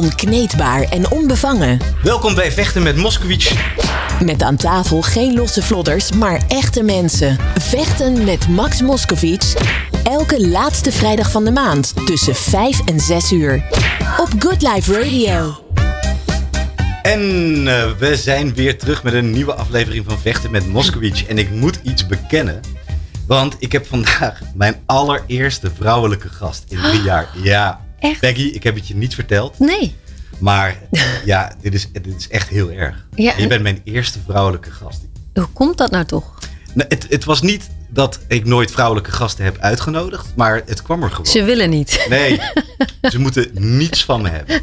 Onkneedbaar en onbevangen. Welkom bij Vechten met Moskowitz. Met aan tafel geen losse vlodders, maar echte mensen. Vechten met Max Moskowitz. Elke laatste vrijdag van de maand tussen 5 en 6 uur. Op Good Life Radio. En we zijn weer terug met een nieuwe aflevering van Vechten met Moskowitz. En ik moet iets bekennen. Want ik heb vandaag mijn allereerste vrouwelijke gast in 3 jaar. Ja, echt? Peggy, ik heb het je niet verteld. Nee. Maar ja, dit is echt heel erg. Ja. Je bent mijn eerste vrouwelijke gast. Hoe komt dat nou toch? Nou, het was niet dat ik nooit vrouwelijke gasten heb uitgenodigd. Maar het kwam er gewoon. Ze willen niet. Nee, ze moeten niets van me hebben.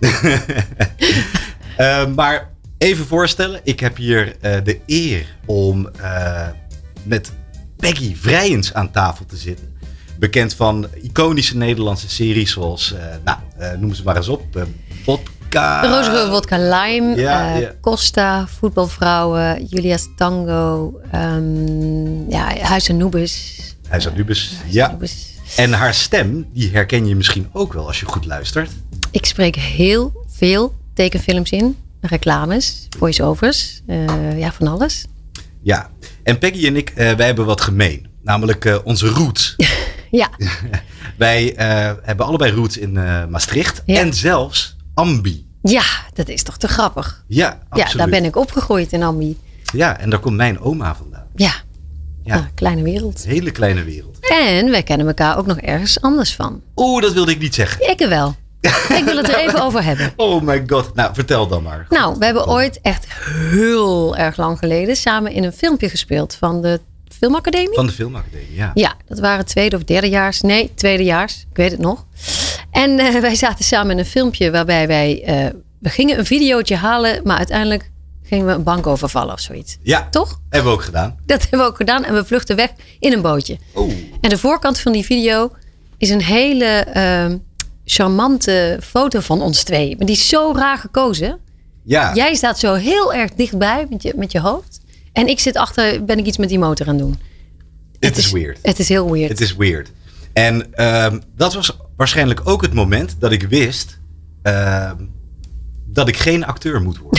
Maar even voorstellen. Ik heb hier de eer om met Peggy Vrijens aan tafel te zitten. Bekend van iconische Nederlandse series zoals, noem ze maar eens op. Vodka. Roze Vodka Lime, Ja. Costa, Voetbalvrouwen, Julia's Tango, Huis Anubis. Huis Anubis, ja. Anubis. En haar stem, die herken je misschien ook wel als je goed luistert. Ik spreek heel veel tekenfilms in, reclames, voice-overs, van alles. Ja, en Peggy en ik, wij hebben wat gemeen. Namelijk onze roots. Ja. Wij hebben allebei roots in Maastricht. Ja. En zelfs Ambi. Ja, dat is toch te grappig. Ja, absoluut. Ja, daar ben ik opgegroeid in Ambi. Ja, en daar komt mijn oma vandaan. Ja, Ja. kleine wereld. Een hele kleine wereld. En wij kennen elkaar ook nog ergens anders van. Oeh, dat wilde ik niet zeggen. Ik wel. Ik wil het er even over hebben. Oh my god. Nou, vertel dan maar. Nou, we hebben ooit echt heel erg lang geleden samen in een filmpje gespeeld van de Filmacademie. Van de Filmacademie, ja. Ja, dat waren tweede of derdejaars. Nee, tweedejaars. Ik weet het nog. En wij zaten samen in een filmpje waarbij we gingen een videootje halen, maar uiteindelijk gingen we een bank overvallen of zoiets. Ja, Toch? hebben we ook gedaan. Dat hebben we ook gedaan en we vluchtten weg in een bootje. Oh. En de voorkant van die video is een hele charmante foto van ons twee. Maar die is zo raar gekozen. Ja. Jij staat zo heel erg dichtbij met je hoofd. En ik zit achter, ben ik iets met die motor aan doen. Het is weird. Het is heel weird. Het is weird. En dat was waarschijnlijk ook het moment dat ik wist dat ik geen acteur moet worden.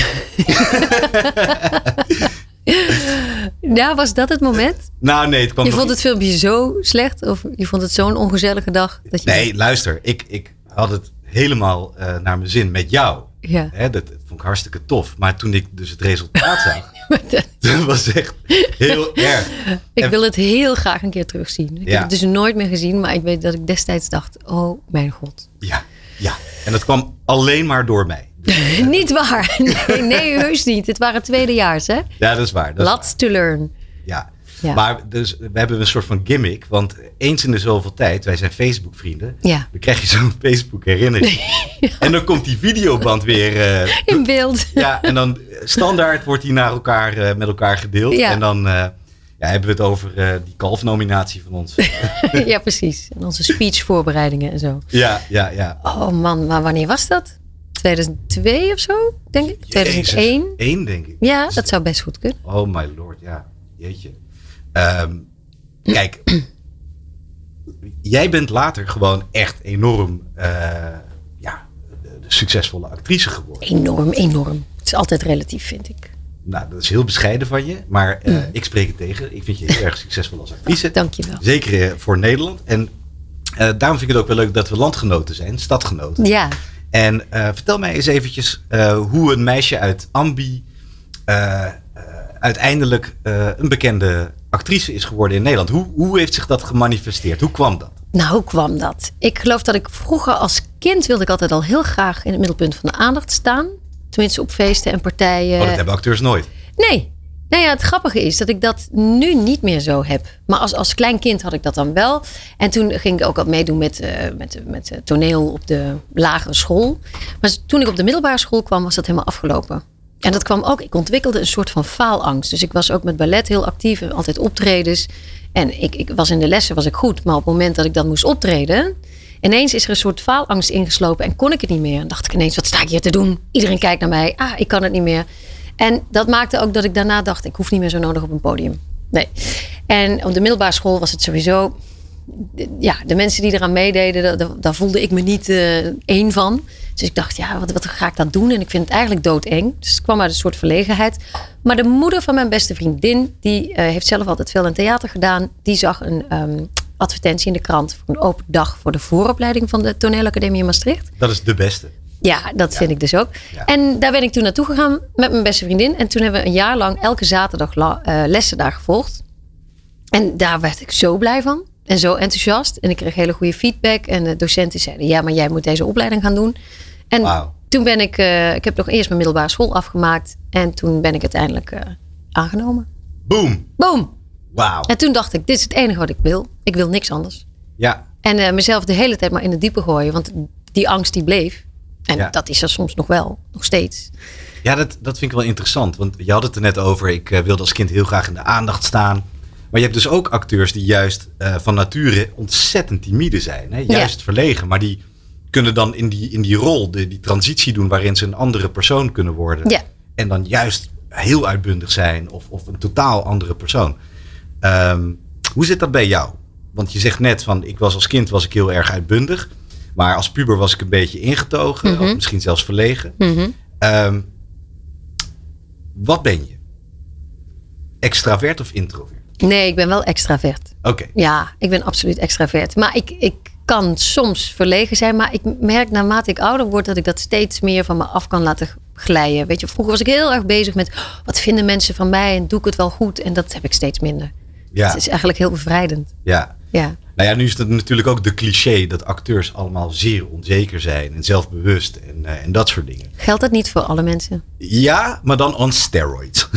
Ja, was dat het moment? Nou nee, het kwam Je nog vond het filmpje zo slecht? Of je vond het zo'n ongezellige dag? Dat je Nee, luister. Ik had het helemaal naar mijn zin met jou. Ja. Hè, dat vond ik hartstikke tof. Maar toen ik dus het resultaat zag, dat was echt heel erg. Ik En- wil het heel graag een keer terugzien. Ik Ja. heb het dus nooit meer gezien. Maar ik weet dat ik destijds dacht, oh mijn god. Ja. En dat kwam alleen maar door mij. Niet waar. Nee, heus niet. Het waren tweedejaars, hè? Ja, dat is waar. Dat is Lots to learn. Ja. Ja. Maar dus, we hebben een soort van gimmick. Want eens in de zoveel tijd, wij zijn Facebook vrienden. Ja. Dan krijg je zo'n Facebook herinnering. En dan komt die videoband weer. In beeld. Ja, en dan standaard wordt die naar elkaar, met elkaar gedeeld. Ja. En dan hebben we het over die kalfnominatie van ons. Ja, precies. En onze speechvoorbereidingen en zo. Ja. Oh man, maar wanneer was dat? 2002 of zo, denk ik? 2001? 1 denk ik. Ja, dat zou best goed kunnen. Oh my lord, ja. Jeetje. Kijk. Jij bent later gewoon echt enorm de succesvolle actrice geworden. Enorm. Het is altijd relatief, vind ik. Nou, dat is heel bescheiden van je. Maar ik spreek het tegen. Ik vind je heel erg succesvol als actrice. Dank je wel. Zeker voor Nederland. En daarom vind ik het ook wel leuk dat we landgenoten zijn. Stadgenoten. Ja. En vertel mij eens eventjes hoe een meisje uit Ambi uiteindelijk een bekende actrice is geworden in Nederland. Hoe heeft zich dat gemanifesteerd? Hoe kwam dat? Nou, hoe kwam dat? Ik geloof dat ik vroeger als kind wilde ik altijd al heel graag in het middelpunt van de aandacht staan. Tenminste op feesten en partijen. Oh, dat hebben acteurs nooit. Nee. Nou ja, het grappige is dat ik dat nu niet meer zo heb. Maar als klein kind had ik dat dan wel. En toen ging ik ook al meedoen met toneel op de lagere school. Maar toen ik op de middelbare school kwam, was dat helemaal afgelopen. En dat kwam ook, ik ontwikkelde een soort van faalangst. Dus ik was ook met ballet heel actief, altijd optredens. En ik was in de lessen was ik goed. Maar op het moment dat ik dan moest optreden, ineens is er een soort faalangst ingeslopen en kon ik het niet meer. En dacht ik ineens, wat sta ik hier te doen? Iedereen kijkt naar mij. Ik kan het niet meer. En dat maakte ook dat ik daarna dacht, ik hoef niet meer zo nodig op een podium. Nee. En op de middelbare school was het sowieso, de mensen die eraan meededen, daar voelde ik me niet één van. Dus ik dacht, wat ga ik dat doen? En ik vind het eigenlijk doodeng. Dus het kwam uit een soort verlegenheid. Maar de moeder van mijn beste vriendin, die heeft zelf altijd veel in theater gedaan. Die zag een advertentie in de krant voor een open dag voor de vooropleiding van de Toneelacademie in Maastricht. Dat is de beste. Ja, dat vind ik dus ook. Ja. En daar ben ik toen naartoe gegaan met mijn beste vriendin. En toen hebben we een jaar lang elke zaterdag lessen daar gevolgd. En daar werd ik zo blij van. En zo enthousiast. En ik kreeg hele goede feedback. En de docenten zeiden, ja, maar jij moet deze opleiding gaan doen. En toen ben ik heb nog eerst mijn middelbare school afgemaakt. En toen ben ik uiteindelijk aangenomen. Boom. Wauw. En toen dacht ik, dit is het enige wat ik wil. Ik wil niks anders. Ja. En mezelf de hele tijd maar in het diepe gooien. Want die angst die bleef. En dat is er soms nog wel. Nog steeds. Ja, dat vind ik wel interessant. Want je had het er net over. Ik wilde als kind heel graag in de aandacht staan. Maar je hebt dus ook acteurs die juist van nature ontzettend timide zijn. Hè? Juist verlegen. Maar die kunnen dan in die rol die transitie doen waarin ze een andere persoon kunnen worden. Ja. En dan juist heel uitbundig zijn of een totaal andere persoon. Hoe zit dat bij jou? Want je zegt net van als kind was ik heel erg uitbundig. Maar als puber was ik een beetje ingetogen. Mm-hmm. Of misschien zelfs verlegen. Mm-hmm. Wat ben je? Extravert of introvert? Nee, ik ben wel extravert. Oké. Ja, ik ben absoluut extravert. Maar ik kan soms verlegen zijn. Maar ik merk naarmate ik ouder word dat ik dat steeds meer van me af kan laten glijden. Weet je, vroeger was ik heel erg bezig met wat vinden mensen van mij en doe ik het wel goed? En dat heb ik steeds minder. Ja. Het is eigenlijk heel bevrijdend. Ja. Nou ja, nu is het natuurlijk ook de cliché dat acteurs allemaal zeer onzeker zijn en zelfbewust en dat soort dingen. Geldt dat niet voor alle mensen? Ja, maar dan on steroids.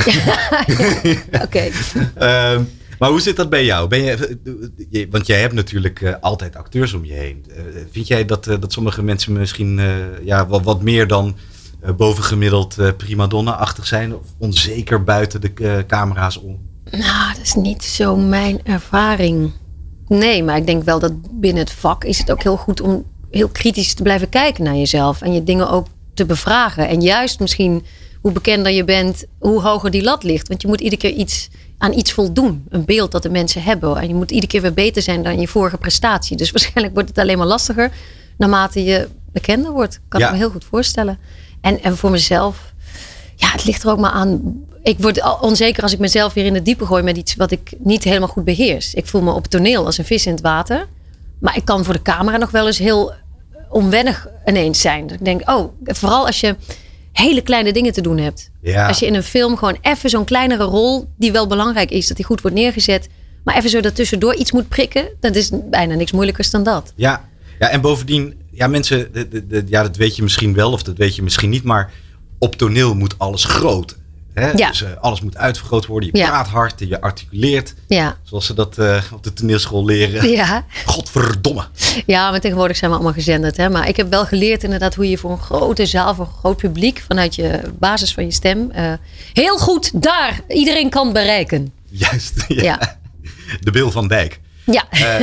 Oké. Maar hoe zit dat bij jou? Want jij hebt natuurlijk altijd acteurs om je heen. Vind jij dat sommige mensen misschien wat meer dan bovengemiddeld primadonna-achtig zijn? Of onzeker buiten de camera's om? Nou, dat is niet zo mijn ervaring. Nee, maar ik denk wel dat binnen het vak is het ook heel goed om heel kritisch te blijven kijken naar jezelf. En je dingen ook te bevragen. En juist misschien hoe bekender je bent, hoe hoger die lat ligt. Want je moet iedere keer aan iets voldoen. Een beeld dat de mensen hebben. En je moet iedere keer weer beter zijn dan je vorige prestatie. Dus waarschijnlijk wordt het alleen maar lastiger naarmate je bekender wordt. Kan ik me heel goed voorstellen. En voor mezelf, het ligt er ook maar aan. Ik word onzeker als ik mezelf weer in het diepe gooi met iets wat ik niet helemaal goed beheers. Ik voel me op het toneel als een vis in het water. Maar ik kan voor de camera nog wel eens heel onwennig ineens zijn. Dat ik denk, vooral als je hele kleine dingen te doen hebt. Ja. Als je in een film gewoon even zo'n kleinere rol, die wel belangrijk is, dat die goed wordt neergezet, maar even zo daartussendoor iets moet prikken, dat is bijna niks moeilijkers dan dat. Ja, en bovendien, mensen, dat weet je misschien wel of dat weet je misschien niet, maar op toneel moet alles groot. Hè? Ja. Dus alles moet uitvergroot worden. Je praat hard, je articuleert. Ja. Zoals ze dat op de toneelschool leren. Ja. Godverdomme. Ja, maar tegenwoordig zijn we allemaal gezenderd. Hè? Maar ik heb wel geleerd inderdaad hoe je voor een grote zaal, voor een groot publiek, vanuit je basis van je stem, heel goed daar iedereen kan bereiken. Juist. Ja. De Bill van Dijk. Ja.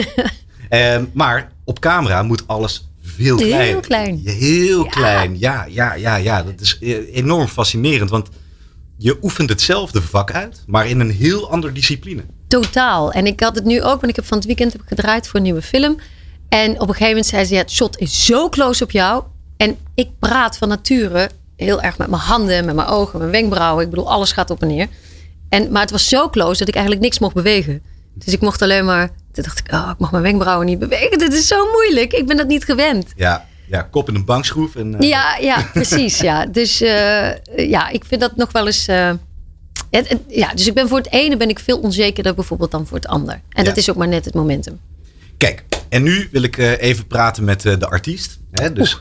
Maar op camera moet alles veel kleiner. Heel klein. Heel klein. Ja. Dat is enorm fascinerend. Want je oefent hetzelfde vak uit, maar in een heel andere discipline. Totaal. En ik had het nu ook, want ik heb van het weekend gedraaid voor een nieuwe film. En op een gegeven moment zei ze, het shot is zo close op jou. En ik praat van nature heel erg met mijn handen, met mijn ogen, mijn wenkbrauwen. Ik bedoel, alles gaat op en neer. Maar het was zo close dat ik eigenlijk niks mocht bewegen. Dus ik mocht alleen maar, toen dacht ik, ik mag mijn wenkbrauwen niet bewegen. Dit is zo moeilijk. Ik ben dat niet gewend. Ja, kop in een bankschroef. En, Ja, precies. Ja. Dus ik vind dat nog wel eens. Dus ik ben voor het ene ben ik veel onzekerder bijvoorbeeld dan voor het ander. En dat is ook maar net het momentum. Kijk, en nu wil ik even praten met de artiest. Hè? Dus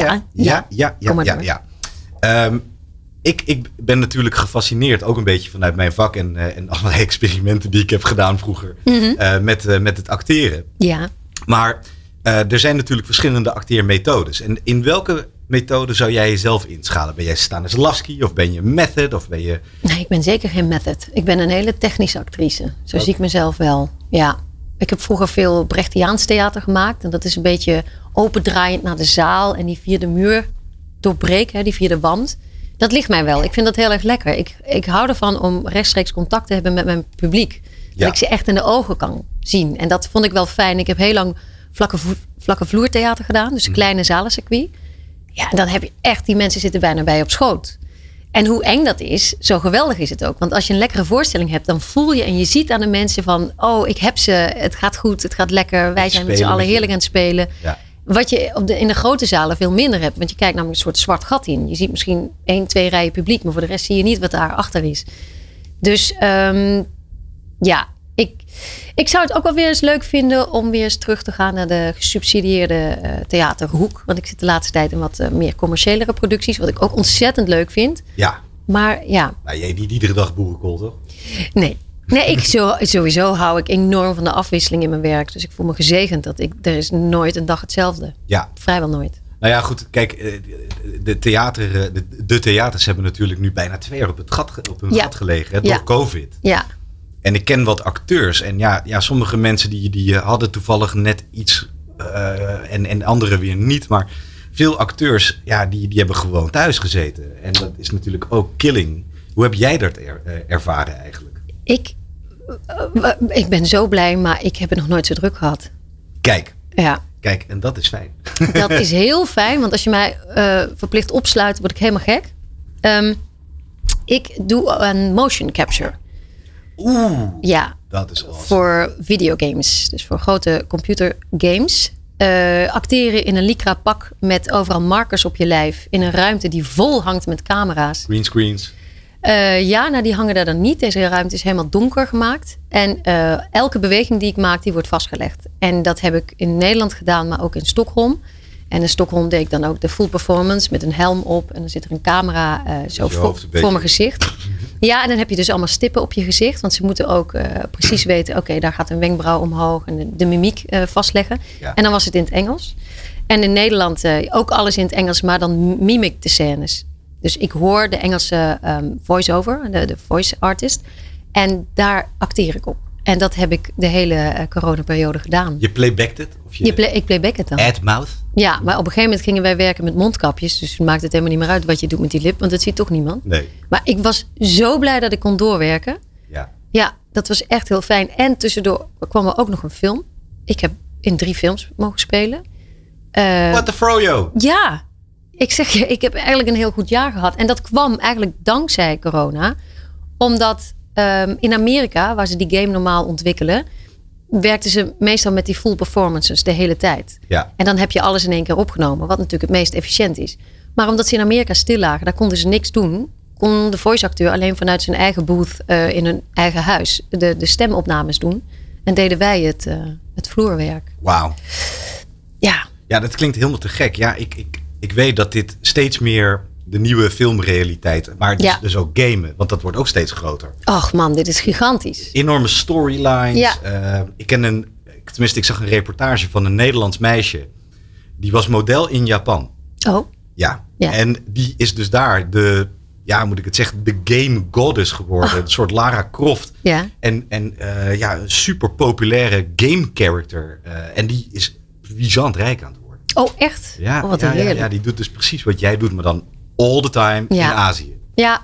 Ik ben natuurlijk gefascineerd, ook een beetje vanuit mijn vak en allerlei experimenten die ik heb gedaan vroeger met het acteren. Ja. Maar er zijn natuurlijk verschillende acteermethodes. En in welke methode zou jij jezelf inschalen? Ben jij Stanislavski of ben je method? Of ben je... Nee, ik ben zeker geen method. Ik ben een hele technische actrice. Zo zie ik mezelf wel. Ja. Ik heb vroeger veel Brechtiaans theater gemaakt. En dat is een beetje opendraaiend naar de zaal. En die vierde muur doorbreken, die vierde wand. Dat ligt mij wel. Ik vind dat heel erg lekker. Ik hou ervan om rechtstreeks contact te hebben met mijn publiek. Ja. Dat ik ze echt in de ogen kan zien. En dat vond ik wel fijn. Ik heb heel lang vlakke vloertheater gedaan. Dus een kleine zalencircuit. Ja, en dan heb je echt, die mensen zitten bijna bij je op schoot. En hoe eng dat is, zo geweldig is het ook. Want als je een lekkere voorstelling hebt, dan voel je en je ziet aan de mensen van, oh, ik heb ze, het gaat goed, het gaat lekker. Wij zijn met z'n allen heerlijk aan het spelen. Ja. Wat je in de grote zalen veel minder hebt. Want je kijkt namelijk een soort zwart gat in. Je ziet misschien 1, 2 rijen publiek, maar voor de rest zie je niet wat daar achter is. Dus ik zou het ook wel weer eens leuk vinden om weer eens terug te gaan naar de gesubsidieerde theaterhoek. Want ik zit de laatste tijd in wat meer commerciëlere producties, wat ik ook ontzettend leuk vind. Ja. Maar ja. Nou, jij niet iedere dag boerenkool, toch? Nee, sowieso hou ik enorm van de afwisseling in mijn werk. Dus ik voel me gezegend dat er is nooit een dag hetzelfde. Ja. Vrijwel nooit. Nou ja, goed. Kijk, de theaters hebben natuurlijk nu bijna 2 jaar op hun gat gelegen. Hè, door COVID. Ja. En ik ken wat acteurs. En ja, sommige mensen die hadden toevallig net iets. En anderen weer niet. Maar veel acteurs, die hebben gewoon thuis gezeten. En dat is natuurlijk ook killing. Hoe heb jij dat ervaren eigenlijk? Ik ben zo blij, maar ik heb het nog nooit zo druk gehad. Kijk. Ja. Kijk, en dat is fijn. Dat is heel fijn, want als je mij verplicht opsluit, word ik helemaal gek. Ik doe een motion capture. Oeh, ja, dat is awesome. Voor videogames, dus voor grote computergames. Acteren in een lycra pak met overal markers op je lijf. In een ruimte die vol hangt met camera's. Greenscreens. Die hangen daar dan niet. Deze ruimte is helemaal donker gemaakt. En elke beweging die ik maak, die wordt vastgelegd. En dat heb ik in Nederland gedaan, maar ook in Stockholm. En in Stockholm deed ik dan ook de full performance met een helm op. En dan zit er een camera voor mijn gezicht. Ja, en dan heb je dus allemaal stippen op je gezicht. Want ze moeten ook precies weten, oké, daar gaat een wenkbrauw omhoog. En de mimiek vastleggen. Ja. En dan was het in het Engels. En in Nederland ook alles in het Engels, maar dan mimic de scènes. Dus ik hoor de Engelse voice-over, de voice artist. En daar acteer ik op. En dat heb ik de hele coronaperiode gedaan. Je playbacked het? Of ik playback het dan. Ad mouth? Ja, maar op een gegeven moment gingen wij werken met mondkapjes. Dus het maakt het helemaal niet meer uit wat je doet met die lip. Want dat ziet toch niemand. Nee. Maar ik was zo blij dat ik kon doorwerken. Ja. Ja, dat was echt heel fijn. En tussendoor kwam er ook nog een film. Ik heb in 3 films mogen spelen. What the froyo? Ja. Ik zeg je, ik heb eigenlijk een heel goed jaar gehad. En dat kwam eigenlijk dankzij corona. Omdat in Amerika, waar ze die game normaal ontwikkelen, werkten ze meestal met die full performances de hele tijd. Ja. En dan heb je alles in één keer opgenomen, wat natuurlijk het meest efficiënt is. Maar omdat ze in Amerika stil lagen, daar konden ze niks doen. Kon de voice-acteur alleen vanuit zijn eigen booth in hun eigen huis de stemopnames doen. En deden wij het vloerwerk. Wauw. Ja. Ja, dat klinkt helemaal te gek. Ja, ik weet dat dit steeds meer de nieuwe filmrealiteit, maar het is dus ook gamen, want dat wordt ook steeds groter. Och man, dit is gigantisch. Enorme storylines. Ja. Ik zag een reportage van een Nederlands meisje. Die was model in Japan. Oh. Ja. En die is dus daar de game goddess geworden. Oh. Een soort Lara Croft. Ja. En een super populaire game character. En die is bizant rijk aan het worden. Oh, echt? Ja, wat heerlijk. Ja, die doet dus precies wat jij doet, maar dan all the time in Azië.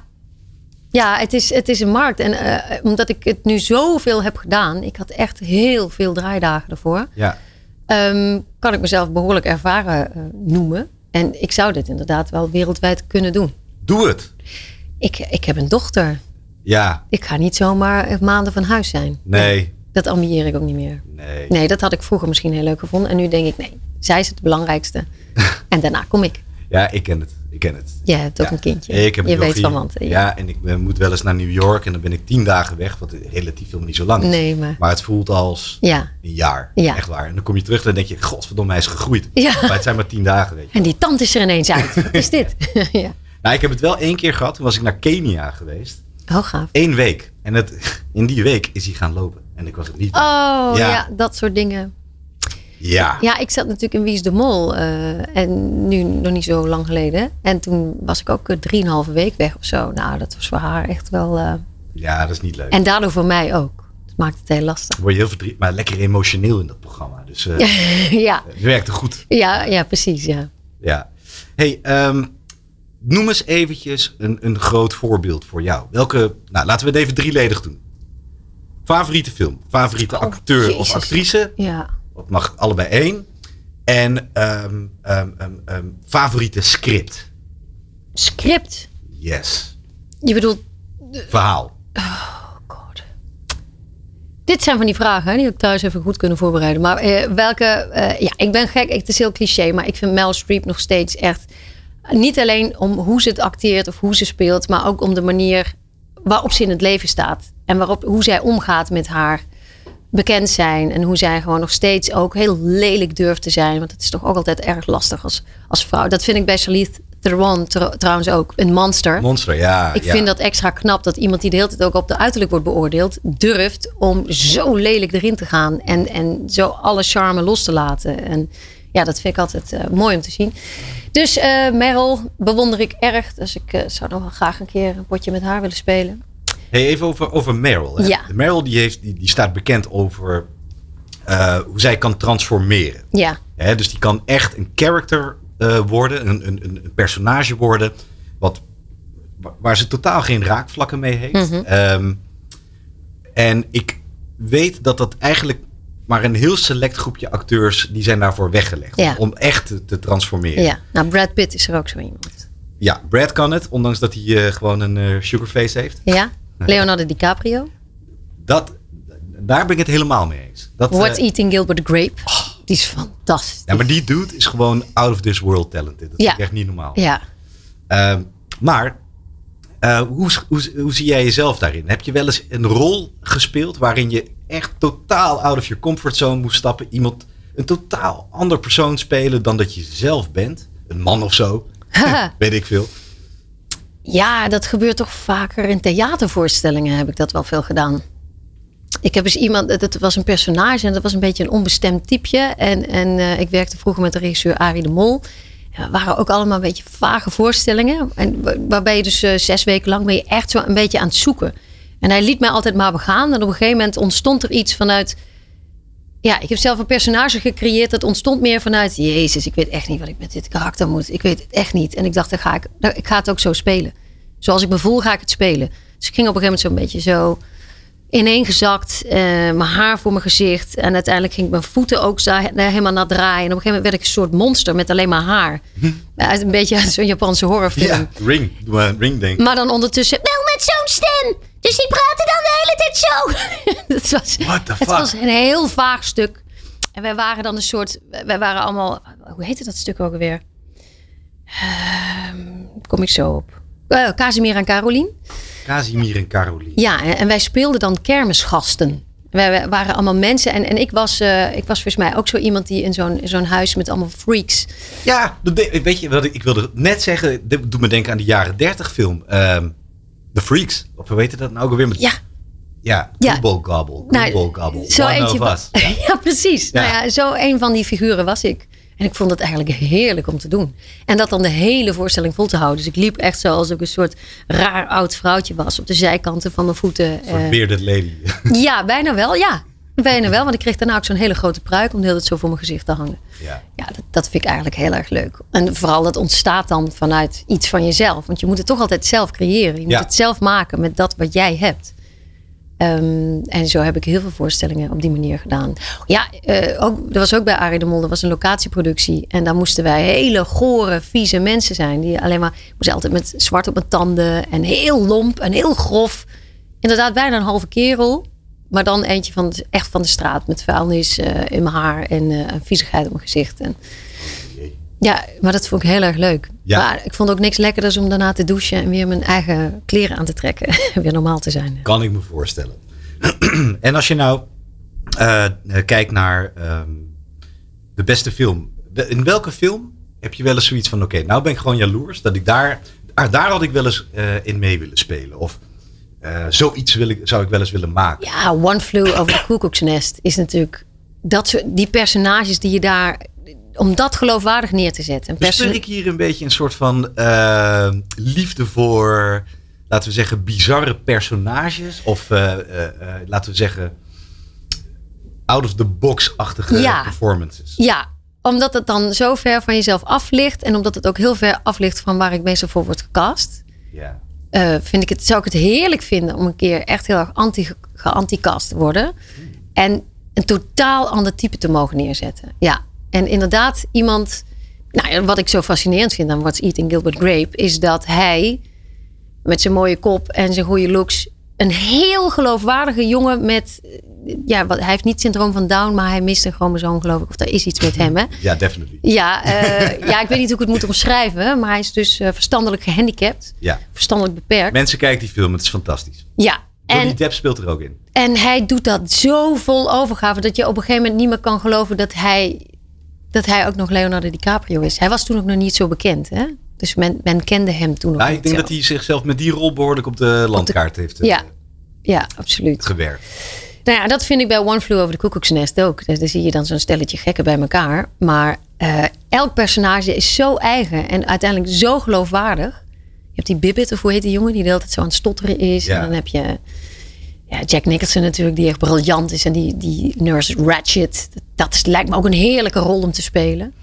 Ja, het is een markt. En omdat ik het nu zoveel heb gedaan, ik had echt heel veel draaidagen ervoor. Ja. Kan ik mezelf behoorlijk ervaren noemen. En ik zou dit inderdaad wel wereldwijd kunnen doen. Doe het. Ik heb een dochter. Ja. Ik ga niet zomaar maanden van huis zijn. Nee. Dat ambieer ik ook niet meer. Nee, dat had ik vroeger misschien heel leuk gevonden. En nu denk ik, nee, zij is het belangrijkste. En daarna kom ik. Ja, ik ken het. Jij hebt ook een kindje. Ik heb je weet van want. Ja, en ik moet wel eens naar New York. En dan ben ik 10 dagen weg. Wat relatief helemaal niet zo lang is. Nee, maar het voelt als een jaar. Ja. Echt waar. En dan kom je terug en dan denk je, godverdomme, hij is gegroeid. Ja. Maar het zijn maar 10 dagen, weet je. En die tand is er ineens uit. Wat is dit? Ja. Nou, ik heb het wel 1 keer gehad. Toen was ik naar Kenia geweest. Oh, gaaf. 1 week. En in die week is hij gaan lopen. En ik was het niet. Oh, ja, dat soort dingen. Ja. Ja, ik zat natuurlijk in Wie is de Mol. En nu nog niet zo lang geleden. En toen was ik ook 3,5 week weg of zo. Nou, dat was voor haar echt wel... Ja, dat is niet leuk. En daardoor voor mij ook. Dat maakt het heel lastig. Dan word je heel verdrietig, maar lekker emotioneel in dat programma. Dus ja. Het werkte goed. Ja, precies, ja. Hey, noem eens eventjes een groot voorbeeld voor jou. Welke, laten we het even drieledig doen. Favoriete film, favoriete acteur Jezus. of actrice. Ja. Dat mag allebei 1. En favoriete script. Script. Yes. Je bedoelt... Verhaal. God. Dit zijn van die vragen hè, die ik thuis even goed kunnen voorbereiden. Maar ja, ik ben gek. Het is heel cliché. Maar ik vind Meryl Streep nog steeds echt... Niet alleen om hoe ze het acteert of hoe ze speelt. Maar ook om de manier waarop ze in het leven staat. En hoe zij omgaat met haar bekend zijn. En hoe zij gewoon nog steeds ook heel lelijk durft te zijn. Want het is toch ook altijd erg lastig als vrouw. Dat vind ik bij Charlize Theron trouwens ook. Een monster. Monster, ja. Ik vind dat extra knap dat iemand die de hele tijd ook op de uiterlijk wordt beoordeeld. Durft om zo lelijk erin te gaan. En zo alle charme los te laten. En ja, dat vind ik altijd mooi om te zien. Dus Meryl bewonder ik erg. Dus ik zou nog wel graag een keer een potje met haar willen spelen. Hey, even over Meryl. Hè? Ja. Meryl die staat bekend over hoe zij kan transformeren. Ja. Hè, dus die kan echt een character worden. Een personage worden. Waar ze totaal geen raakvlakken mee heeft. Mhm. En ik weet dat eigenlijk maar een heel select groepje acteurs die zijn daarvoor weggelegd. Ja. Om echt te transformeren. Ja. Nou, Brad Pitt is er ook zo iemand. Ja, Brad kan het. Ondanks dat hij gewoon een sugarface heeft. Ja. Leonardo DiCaprio. Daar ben ik het helemaal mee eens. What's Eating Gilbert Grape. Die is fantastisch. Ja, maar die dude is gewoon out of this world talented. Dat is echt niet normaal. Ja. Maar hoe zie jij jezelf daarin? Heb je wel eens een rol gespeeld waarin je echt totaal out of your comfort zone moest stappen? Een totaal ander persoon spelen dan dat je zelf bent? Een man of zo? Weet ik veel. Ja, dat gebeurt toch vaker in theatervoorstellingen heb ik dat wel veel gedaan. Ik heb eens iemand, dat was een personage en dat was een beetje een onbestemd typeje. En ik werkte vroeger met de regisseur Arie de Mol. Ja, waren ook allemaal een beetje vage voorstellingen. En waarbij je dus 6 weken lang ben je echt zo een beetje aan het zoeken. En hij liet mij altijd maar begaan. En op een gegeven moment ontstond er iets vanuit... Ja, ik heb zelf een personage gecreëerd. Dat ontstond meer vanuit... Jezus, ik weet echt niet wat ik met dit karakter moet. Ik weet het echt niet. En ik dacht, ik ga het ook zo spelen. Zoals ik me voel, ga ik het spelen. Dus ik ging op een gegeven moment zo'n beetje zo... ineengezakt, mijn haar voor mijn gezicht. En uiteindelijk ging ik mijn voeten ook helemaal naar draaien. En op een gegeven moment werd ik een soort monster met alleen maar haar. Een beetje uit zo'n Japanse horrorfilm. Ja, Ring denk. Maar dan ondertussen, wel met zo'n stem. Dus die praten dan de hele tijd zo. What the fuck? Het was een heel vaag stuk. En wij waren dan een soort, wij waren allemaal, hoe heette dat stuk ook alweer? Kom ik zo op. Casimir en Carolien. Casimir en Carolien. Ja, en wij speelden dan kermisgasten. Wij waren allemaal mensen. En ik was volgens mij ook zo iemand die in zo'n huis met allemaal freaks. Ja, weet je wat ik wilde net zeggen? Dit doet me denken aan die jaren 30 film. The Freaks. Of we weten dat nou ook alweer met... Ja. Ja, Gobble. Zo eentje. Ja, precies. Ja. Nou ja, zo een van die figuren was ik. En ik vond het eigenlijk heerlijk om te doen. En dat dan de hele voorstelling vol te houden. Dus ik liep echt zo alsof ik een soort raar oud vrouwtje was. Op de zijkanten van mijn voeten. Een soort bearded lady. Ja, bijna wel. Ja, bijna wel. Want ik kreeg daarna ook zo'n hele grote pruik. Om de hele tijd zo voor mijn gezicht te hangen. Ja, dat vind ik eigenlijk heel erg leuk. En vooral dat ontstaat dan vanuit iets van jezelf. Want je moet het toch altijd zelf creëren. Je moet het zelf maken met dat wat jij hebt. En zo heb ik heel veel voorstellingen op die manier gedaan. Ja, er was ook bij Arie de Mol, er was een locatieproductie. En daar moesten wij hele gore, vieze mensen zijn. Die alleen maar, moesten altijd met zwart op mijn tanden. En heel lomp en heel grof. Inderdaad, bijna een halve kerel. Maar dan eentje echt van de straat. Met vuilnis in mijn haar en viezigheid op mijn gezicht. Ja, maar dat vond ik heel erg leuk. Ja. Maar ik vond ook niks lekkerders om daarna te douchen en weer mijn eigen kleren aan te trekken. Weer normaal te zijn. Kan ik me voorstellen. En als je nou kijkt naar de beste film. In welke film heb je wel eens zoiets van... Oké, nou ben ik gewoon jaloers. Dat ik daar had ik wel eens in mee willen spelen. Of zoiets zou ik wel eens willen maken. Ja, One Flew Over the Cuckoo's Nest is natuurlijk... die personages die je daar... Om dat geloofwaardig neer te zetten. Bespeur ik hier een beetje een soort van liefde voor, laten we zeggen, bizarre personages? Of laten we zeggen, out-of-the-box-achtige performances? Ja, omdat het dan zo ver van jezelf af ligt. En omdat het ook heel ver af ligt van waar ik meestal voor word gecast. Ja. zou ik het heerlijk vinden om een keer echt heel erg geanticast te worden. En een totaal ander type te mogen neerzetten. Ja, en inderdaad iemand... Nou, wat ik zo fascinerend vind aan What's Eating Gilbert Grape... is dat hij met zijn mooie kop en zijn goede looks... een heel geloofwaardige jongen met... hij heeft niet syndroom van Down... maar hij mist een chromosoom, geloof ik. Of er is iets met hem, hè? Ja, definitely. Ja, ik weet niet hoe ik het moet omschrijven... maar hij is dus verstandelijk gehandicapt. Ja. Verstandelijk beperkt. Mensen kijken die film, het is fantastisch. Ja. Johnny Depp speelt er ook in. En hij doet dat zo vol overgave... dat je op een gegeven moment niet meer kan geloven... dat hij ook nog Leonardo DiCaprio is. Hij was toen ook nog niet zo bekend, hè? Dus men kende hem toen nog niet. Ik denk dat hij zichzelf met die rol behoorlijk op de landkaart heeft ja, absoluut. gewerkt. Nou ja, dat vind ik bij One Flew Over the Cuckoo's Nest ook. Daar zie je dan zo'n stelletje gekken bij elkaar. Maar elk personage is zo eigen en uiteindelijk zo geloofwaardig. Je hebt die Bibbit, of hoe heet die jongen, die de hele tijd zo aan het stotteren is. Ja. En dan heb je Jack Nicholson natuurlijk, die echt briljant is. En die Nurse Ratched. Dat lijkt me ook een heerlijke rol om te spelen.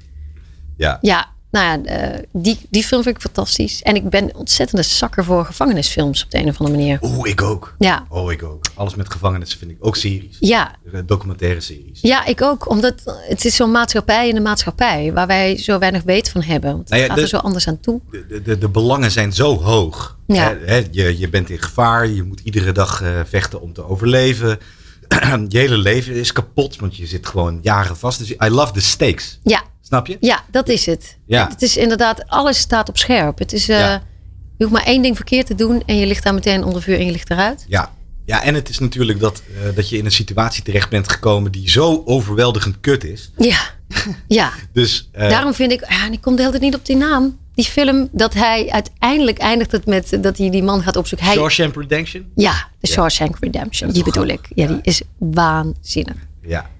Ja. Ja, nou ja, die film vind ik fantastisch. En ik ben ontzettende zakker voor gevangenisfilms op de een of andere manier. Ik ook. Ja. Ik ook. Alles met gevangenissen vind ik ook series. Ja. Documentaire series. Ja, ik ook. Omdat het is zo'n maatschappij in de maatschappij waar wij zo weinig weten van hebben. Want het gaat er zo anders aan toe. De belangen zijn zo hoog. Ja. Je bent in gevaar. Je moet iedere dag vechten om te overleven. Je hele leven is kapot, want je zit gewoon jaren vast. Dus I love the stakes. Ja. Snap je? Ja, dat is het. Ja. Het is inderdaad, alles staat op scherp. Het is, je hoeft maar één ding verkeerd te doen en je ligt daar meteen onder vuur en je ligt eruit. Ja, en het is natuurlijk dat je in een situatie terecht bent gekomen die zo overweldigend kut is. Ja. Dus, daarom vind ik, en ik kom de hele tijd niet op die naam. Die film, dat hij uiteindelijk eindigt het met dat hij die man gaat opzoeken. Shawshank Redemption? Ja, de Shawshank Redemption. Die bedoel ik. Ja, die is waanzinnig. Ja,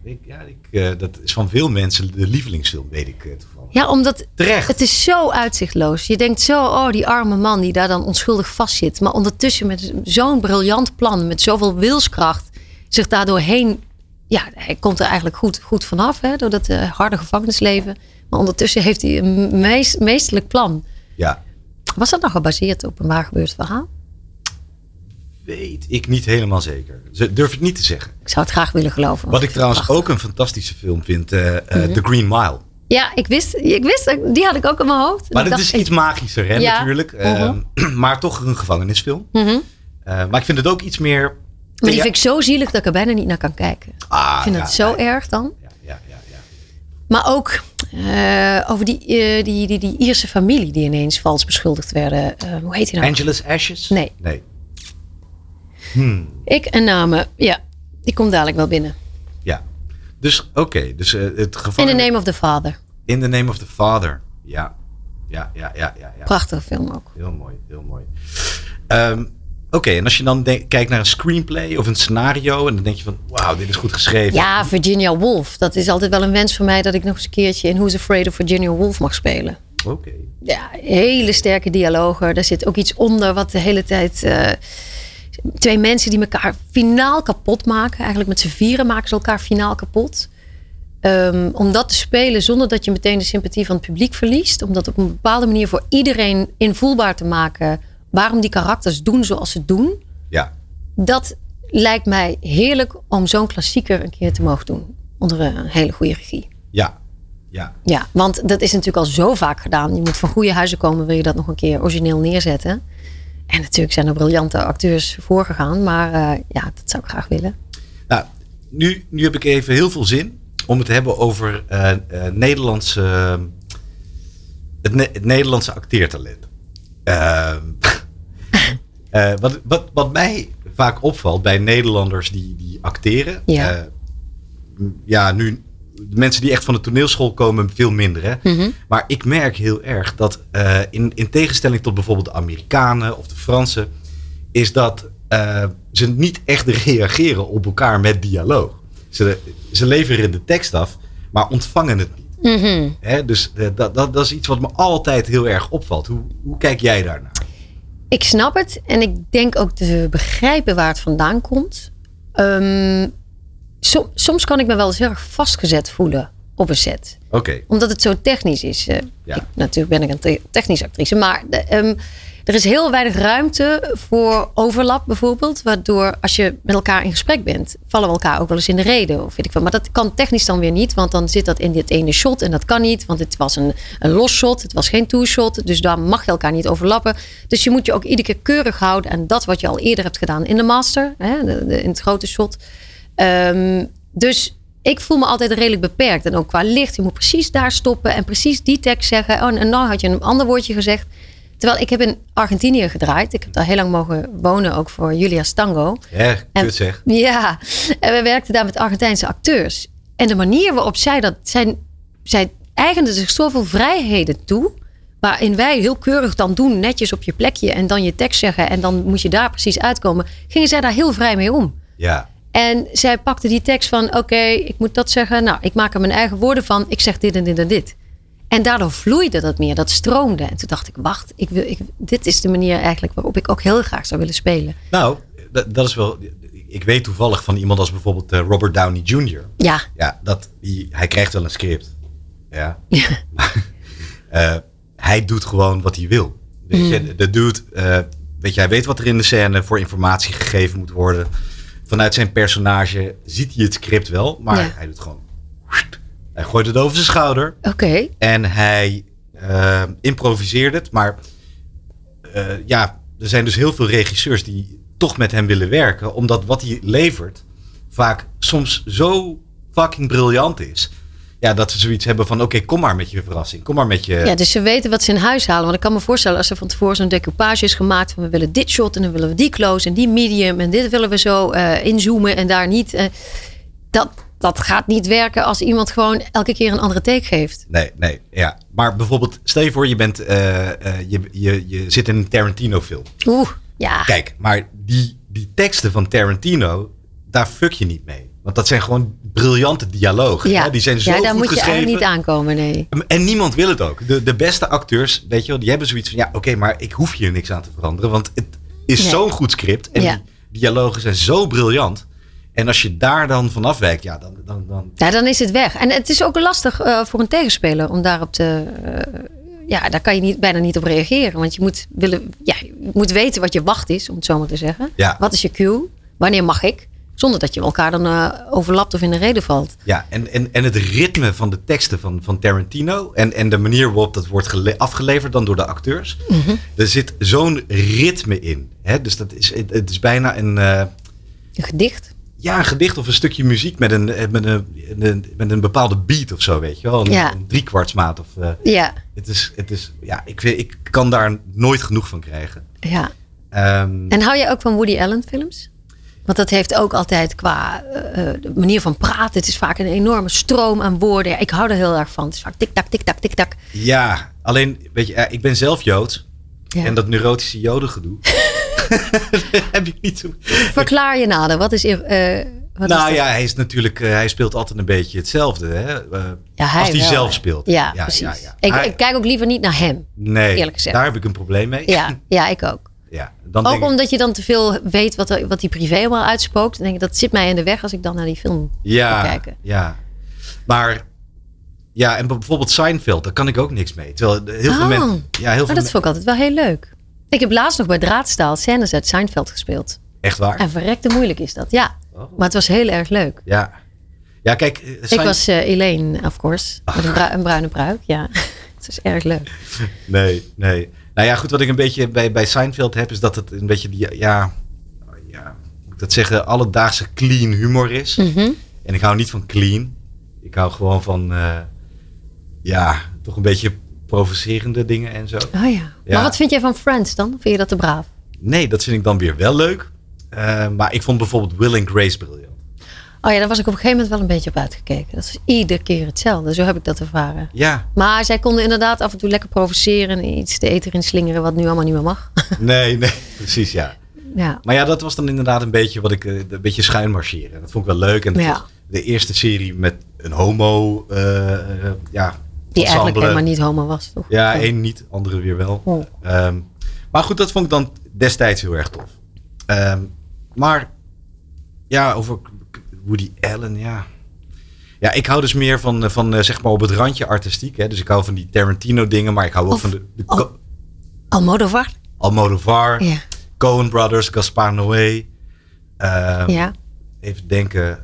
dat is van veel mensen de lievelingsfilm, weet ik toevallig. Ja, omdat terecht. Het is zo uitzichtloos. Je denkt zo, die arme man die daar dan onschuldig vastzit. Maar ondertussen met zo'n briljant plan, met zoveel wilskracht, zich daardoorheen... Ja, hij komt er eigenlijk goed vanaf, hè, door dat harde gevangenisleven. Maar ondertussen heeft hij een meesterlijk plan. Ja. Was dat nou gebaseerd op een waar gebeurd verhaal? Weet ik niet helemaal zeker. Durf ik niet te zeggen. Ik zou het graag willen geloven. Wat ik trouwens ook een fantastische film vind. The Green Mile. Ja, ik wist, die had ik ook in mijn hoofd. Maar dat is iets magischer, hè, natuurlijk. Maar toch een gevangenisfilm. Maar ik vind het ook iets meer... Maar die vind ik zo zielig dat ik er bijna niet naar kan kijken. Ik vind het zo erg dan. Ja. Maar ook over die Ierse familie die ineens vals beschuldigd werden. Hoe heet die nou? Angelus Ashes? Nee. Ik en namen. Ja, die komt dadelijk wel binnen. Ja. Dus oké. Dus het gevangen... In the Name of the Father. In the Name of the Father. Ja. Prachtige film ook. Heel mooi. Oké, en als je dan kijkt naar een screenplay of een scenario... en dan denk je van, wauw, dit is goed geschreven. Ja, Virginia Woolf. Dat is altijd wel een wens van mij... dat ik nog eens een keertje in Who's Afraid of Virginia Woolf mag spelen. Oké. Ja, hele sterke dialogen. Daar zit ook iets onder wat de hele tijd... twee mensen die elkaar finaal kapot maken. Eigenlijk met z'n vieren maken ze elkaar finaal kapot. Om dat te spelen zonder dat je meteen de sympathie van het publiek verliest. Om dat op een bepaalde manier voor iedereen invoelbaar te maken... waarom die karakters doen zoals ze doen. Ja. Dat lijkt mij heerlijk om zo'n klassieker een keer te mogen doen. Onder een hele goede regie. Ja, want dat is natuurlijk al zo vaak gedaan. Je moet van goede huizen komen, wil je dat nog een keer origineel neerzetten. En natuurlijk zijn er briljante acteurs voorgegaan. Maar dat zou ik graag willen. Nou, nu heb ik even heel veel zin om het te hebben over het Nederlandse acteertalent. Wat mij vaak opvalt bij Nederlanders die acteren. Nu de mensen die echt van de toneelschool komen veel minder. Hè? Mm-hmm. Maar ik merk heel erg dat in tegenstelling tot bijvoorbeeld de Amerikanen of de Fransen, is dat ze niet echt reageren op elkaar met dialoog. Ze leveren de tekst af, maar ontvangen het niet. Mm-hmm. Hè? Dus dat is iets wat me altijd heel erg opvalt. Hoe kijk jij daarnaar? Ik snap het en ik denk ook te begrijpen waar het vandaan komt. Soms kan ik me wel eens heel erg vastgezet voelen op een set. Okay. Omdat het zo technisch is. Natuurlijk ben ik een technische actrice. Maar Er is heel weinig ruimte voor overlap bijvoorbeeld. Waardoor als je met elkaar in gesprek bent, vallen we elkaar ook wel eens in de reden. Of weet ik veel. Maar dat kan technisch dan weer niet. Want dan zit dat in dit ene shot. En dat kan niet. Want het was een los shot. Het was geen two-shot. Dus daar mag je elkaar niet overlappen. Dus je moet je ook iedere keer keurig houden. En dat wat je al eerder hebt gedaan in de master. In het grote shot. Dus ik voel me altijd redelijk beperkt. En ook qua licht. Je moet precies daar stoppen. En precies die tekst zeggen. Oh, en nou had je een ander woordje gezegd. Terwijl ik heb in Argentinië gedraaid. Ik heb daar heel lang mogen wonen. Ook voor Julia's Tango. Ja, kut zeg. Ja. En we werkten daar met Argentijnse acteurs. En de manier waarop zij eigenden zich zoveel vrijheden toe. Waarin wij heel keurig dan doen. Netjes op je plekje. En dan je tekst zeggen. En dan moet je daar precies uitkomen. Gingen zij daar heel vrij mee om. Ja. En zij pakte die tekst van oké, ik moet dat zeggen. Nou, ik maak er mijn eigen woorden van. Ik zeg dit en dit en dit. En daardoor vloeide dat meer. Dat stroomde. En toen dacht ik, wacht. Dit is de manier eigenlijk waarop ik ook heel graag zou willen spelen. Nou, dat is wel... Ik weet toevallig van iemand als bijvoorbeeld Robert Downey Jr. Ja. Ja, hij krijgt wel een script. Ja. Hij doet gewoon wat hij wil. Weet je, de dude... hij weet wat er in de scène voor informatie gegeven moet worden. Vanuit zijn personage ziet hij het script wel. Maar hij doet gewoon... Hij gooit het over zijn schouder. Oké. En hij improviseert het. Maar er zijn dus heel veel regisseurs die toch met hem willen werken. Omdat wat hij levert vaak soms zo fucking briljant is. Ja, dat ze zoiets hebben van oké, kom maar met je verrassing. Kom maar met je... Ja, dus ze weten wat ze in huis halen. Want ik kan me voorstellen als er van tevoren zo'n decoupage is gemaakt. Van we willen dit shot en dan willen we die close en die medium. En dit willen we zo inzoomen en daar niet. Dat gaat niet werken als iemand gewoon elke keer een andere take geeft. Nee, ja. Maar bijvoorbeeld, stel je voor, je bent, je zit in een Tarantino film. Ja. Kijk, maar die teksten van Tarantino, daar fuck je niet mee. Want dat zijn gewoon briljante dialogen. Ja, hè? Die zijn zo goed geschreven. Ja, daar moet je eigenlijk niet aankomen, nee. En niemand wil het ook. De beste acteurs, weet je wel, die hebben zoiets van... Ja, oké, maar ik hoef hier niks aan te veranderen. Want het is zo'n goed script. En die dialogen zijn zo briljant. En als je daar dan vanaf wijkt, dan... Ja, dan is het weg. En het is ook lastig voor een tegenspeler om daarop te... daar kan je bijna niet op reageren. Want je moet weten wat je wacht is, om het zo maar te zeggen. Ja. Wat is je cue? Wanneer mag ik? Zonder dat je elkaar dan overlapt of in de reden valt. Ja, en het ritme van de teksten van Tarantino... en de manier waarop dat wordt afgeleverd dan door de acteurs... Mm-hmm. Er zit zo'n ritme in. Hè? Dus het is bijna een gedicht? Ja, een gedicht of een stukje muziek met een bepaalde beat of zo, weet je wel. Een driekwartsmaat. Het is, ik kan daar nooit genoeg van krijgen. Ja. En hou je ook van Woody Allen films? Want dat heeft ook altijd qua de manier van praten. Het is vaak een enorme stroom aan woorden. Ja, ik hou er heel erg van. Het is vaak tik-tak, tik-tak, tik-tak. Ja, alleen, weet je, ik ben zelf Joods. Ja. En dat neurotische jodengedoe. heb ik niet zo... Verklaar je nader. Wat is... hij is natuurlijk... hij speelt altijd een beetje hetzelfde. Hè? Als hij zelf speelt. Ja, precies. Ja. Ik kijk ook liever niet naar hem. Nee, eerlijk gezegd. Daar heb ik een probleem mee. Ja, ik ook. Ja, ook omdat je dan te veel weet wat die privé allemaal uitspookt. Dan denk ik, dat zit mij in de weg als ik dan naar die film ga kijken. Ja, maar... Ja, en bijvoorbeeld Seinfeld, daar kan ik ook niks mee. Terwijl heel veel mensen... dat vond ik altijd wel heel leuk. Ik heb laatst nog bij Draadstaal scènes uit Seinfeld gespeeld. Echt waar? En verrekte moeilijk is dat, ja. Oh. Maar het was heel erg leuk. Ja, kijk... Ik was Elaine, of course. Met een bruine pruik, ja. Het was erg leuk. Nee. Nou ja, goed, wat ik een beetje bij Seinfeld heb... is dat het een beetje die... moet ik dat zeggen? Alledaagse clean humor is. Mm-hmm. En ik hou niet van clean. Ik hou gewoon van... toch een beetje... provocerende dingen en zo. Oh ja. Maar wat vind jij van Friends dan? Vind je dat te braaf? Nee, dat vind ik dan weer wel leuk. Maar ik vond bijvoorbeeld Will and Grace briljant. Oh ja, daar was ik op een gegeven moment wel een beetje op uitgekeken. Dat is iedere keer hetzelfde. Zo heb ik dat ervaren. Ja. Maar zij konden inderdaad af en toe lekker provoceren... en iets te eten erin slingeren wat nu allemaal niet meer mag. Nee, precies, ja. Maar ja, dat was dan inderdaad een beetje wat ik... een beetje schuin marcheren. Dat vond ik wel leuk. En de eerste serie met een homo... die eigenlijk helemaal niet homo was, toch? Ja, één niet, andere weer wel. Oh. Maar goed, dat vond ik dan destijds heel erg tof. Maar ja, over Woody Allen, ja. Ja, ik hou dus meer van zeg maar op het randje artistiek. Hè? Dus ik hou van die Tarantino dingen, maar ik hou ook van de Almodovar? Almodovar. Ja. Coen Brothers, Gaspar Noé. Ja. Even denken.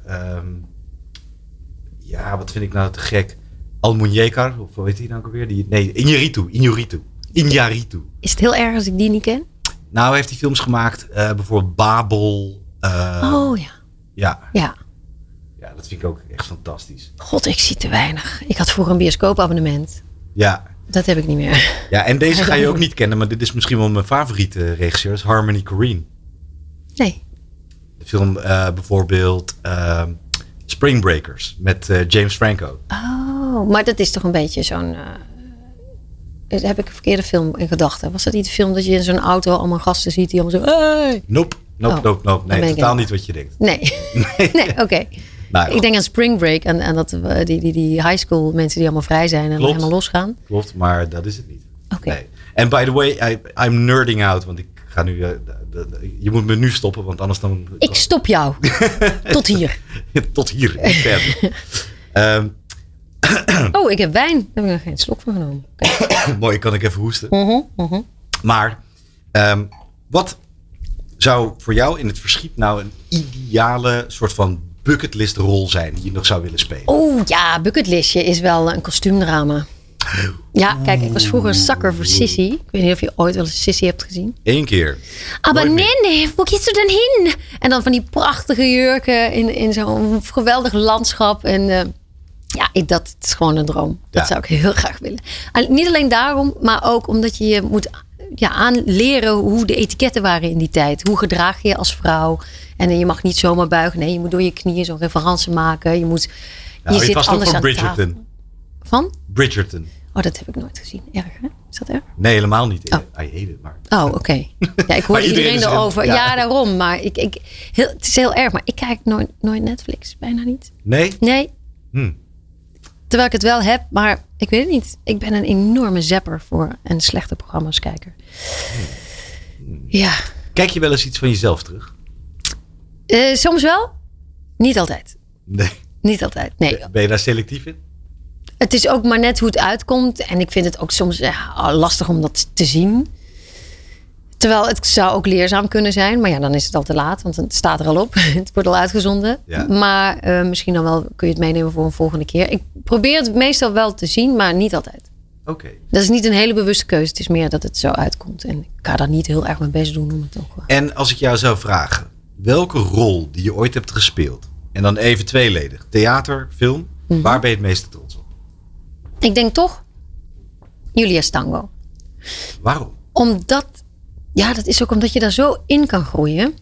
Wat vind ik nou te gek? Almuñécar, of hoe heet die nou ook alweer? Iñárritu. Is het heel erg als ik die niet ken? Nou, hij heeft die films gemaakt. Bijvoorbeeld Babel. Ja. Ja, dat vind ik ook echt fantastisch. God, ik zie te weinig. Ik had vroeger een bioscoopabonnement. Ja. Dat heb ik niet meer. Ja, en deze ga je ook niet kennen, maar dit is misschien wel mijn favoriete regisseur. Dat is Harmony Korine. Nee. De film bijvoorbeeld Spring Breakers met James Franco. Oh, maar dat is toch een beetje zo'n... heb ik een verkeerde film in gedachten? Was dat niet de film dat je in zo'n auto allemaal gasten ziet die allemaal zo... Hey! Nope. Nee, totaal niet wat je denkt. Nee, oké. Nou, ik denk aan Spring Break en dat die high school mensen die allemaal vrij zijn en helemaal losgaan. Klopt, maar dat is het niet. Oké. Nee. En by the way, I'm nerding out, want ik ga nu... je moet me nu stoppen, want anders dan... Ik stop jou. Tot hier. Tot hier, niet verder. Oh, ik heb wijn. Daar heb ik nog geen slok van genomen. Okay. Mooi, kan ik even hoesten. Maar wat zou voor jou in het verschiet nou een ideale soort van bucketlistrol zijn die je nog zou willen spelen? Oh ja, bucketlistje is wel een kostuumdrama. Ja, kijk, ik was vroeger een zakker voor Sissy. Ik weet niet of je ooit wel eens Sissy hebt gezien. 1 keer. Aber nee, wo gehst du denn hin? En dan van die prachtige jurken in zo'n geweldig landschap. En dat is gewoon een droom. Dat zou ik heel graag willen. Niet alleen daarom, maar ook omdat je moet aanleren hoe de etiketten waren in die tijd. Hoe gedraag je je als vrouw? En je mag niet zomaar buigen. Nee, je moet door je knieën zo'n referentie maken. Je moet... je zit was anders toch van Bridgerton? Van? Bridgerton. Oh, dat heb ik nooit gezien. Erg, hè? Is dat erg? Nee, helemaal niet. Oh. I hate it, maar... Oh, oké. Ja, ik hoor iedereen erover. Ja, daarom. Maar het is heel erg. Maar ik kijk nooit Netflix. Bijna niet. Nee? Nee. Terwijl ik het wel heb, maar ik weet het niet. Ik ben een enorme zapper voor en slechte programma's kijker. Ja. Kijk je wel eens iets van jezelf terug? Soms wel. Niet altijd. Nee. Niet altijd, nee. Ben je daar selectief in? Het is ook maar net hoe het uitkomt. En ik vind het ook soms lastig om dat te zien. Terwijl het zou ook leerzaam kunnen zijn. Maar ja, dan is het al te laat. Want het staat er al op. Het wordt al uitgezonden. Ja. Maar misschien dan wel kun je het meenemen voor een volgende keer. Ik probeer het meestal wel te zien, maar niet altijd. Oké. Dat is niet een hele bewuste keuze. Het is meer dat het zo uitkomt. En ik ga daar niet heel erg mijn best doen om het ook. En als ik jou zou vragen. Welke rol die je ooit hebt gespeeld. En dan even tweeledig. Theater, film. Waar ben je het meeste trots op? Ik denk toch Julia Stango. Waarom? Omdat... Ja, dat is ook omdat je daar zo in kan groeien.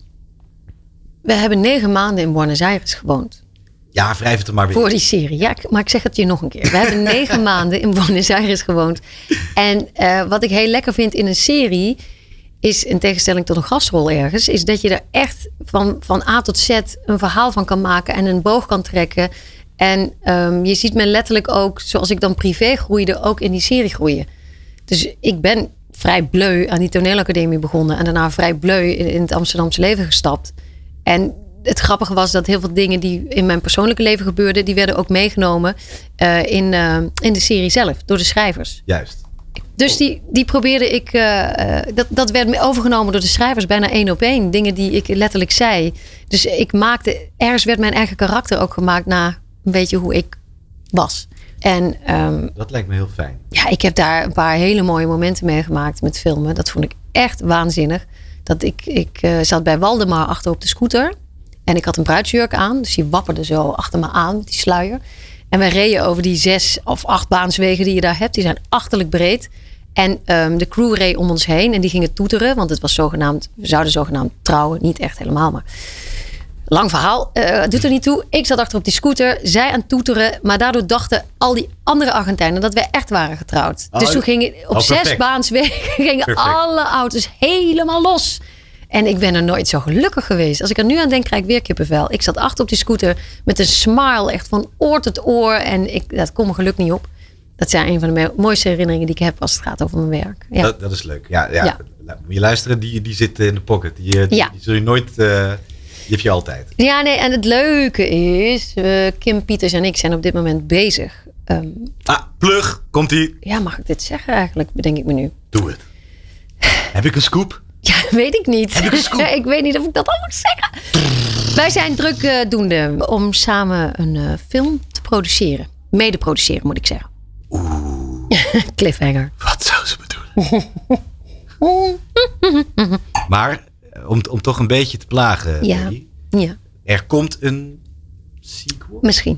We hebben 9 maanden in Buenos Aires gewoond. Ja, wrijf het er maar weer. Voor die serie. Ja, maar ik zeg het je nog een keer. We hebben 9 maanden in Buenos Aires gewoond. En wat ik heel lekker vind in een serie... is, in tegenstelling tot een gastrol ergens... is dat je er echt van A tot Z een verhaal van kan maken... en een boog kan trekken. En je ziet me letterlijk ook... zoals ik dan privé groeide... ook in die serie groeien. Dus ik ben... vrij bleu aan die toneelacademie begonnen. En daarna vrij bleu in het Amsterdamse leven gestapt. En het grappige was dat heel veel dingen die in mijn persoonlijke leven gebeurden... die werden ook meegenomen in de serie zelf. Door de schrijvers. Juist. Dus die probeerde ik... dat werd overgenomen door de schrijvers bijna 1 op 1. Dingen die ik letterlijk zei. Dus ik maakte... Ergens werd mijn eigen karakter ook gemaakt... naar een beetje hoe ik was. En, dat lijkt me heel fijn. Ja, ik heb daar een paar hele mooie momenten meegemaakt met filmen. Dat vond ik echt waanzinnig. Dat ik zat bij Waldemar achter op de scooter. En ik had een bruidsjurk aan. Dus die wapperde zo achter me aan met die sluier. En we reden over die 6 of 8 baanswegen die je daar hebt. Die zijn achterlijk breed. En de crew reed om ons heen. En die gingen toeteren. Want het was zogenaamd, we zouden zogenaamd trouwen. Niet echt helemaal, maar... Lang verhaal, doet er niet toe. Ik zat achter op die scooter, zij aan het toeteren. Maar daardoor dachten al die andere Argentijnen dat wij echt waren getrouwd. Dus toen gingen op 6 baanswegen alle auto's helemaal los. En ik ben er nooit zo gelukkig geweest. Als ik er nu aan denk, krijg ik weer kippenvel. Ik zat achter op die scooter met een smile echt van oor tot oor. En dat kon mijn geluk niet op. Dat zijn een van de mooiste herinneringen die ik heb als het gaat over mijn werk. Ja. Dat is leuk. Ja. Moet je luisteren, die zit in de pocket. Die zul je nooit... Die heb je altijd. Ja, nee, en het leuke is... Kim Pieters en ik zijn op dit moment bezig. Plug, komt-ie. Ja, mag ik dit zeggen eigenlijk? Bedenk ik me nu. Doe het. Heb ik een scoop? Ja, weet ik niet. Heb ik een scoop? Ik weet niet of ik dat al moet zeggen. Wij zijn drukdoende om samen een film te produceren. Mede produceren, moet ik zeggen. Cliffhanger. Wat zou ze bedoelen? Maar, om toch een beetje te plagen, Ja. Maggie, Ja, er komt een sequel. misschien.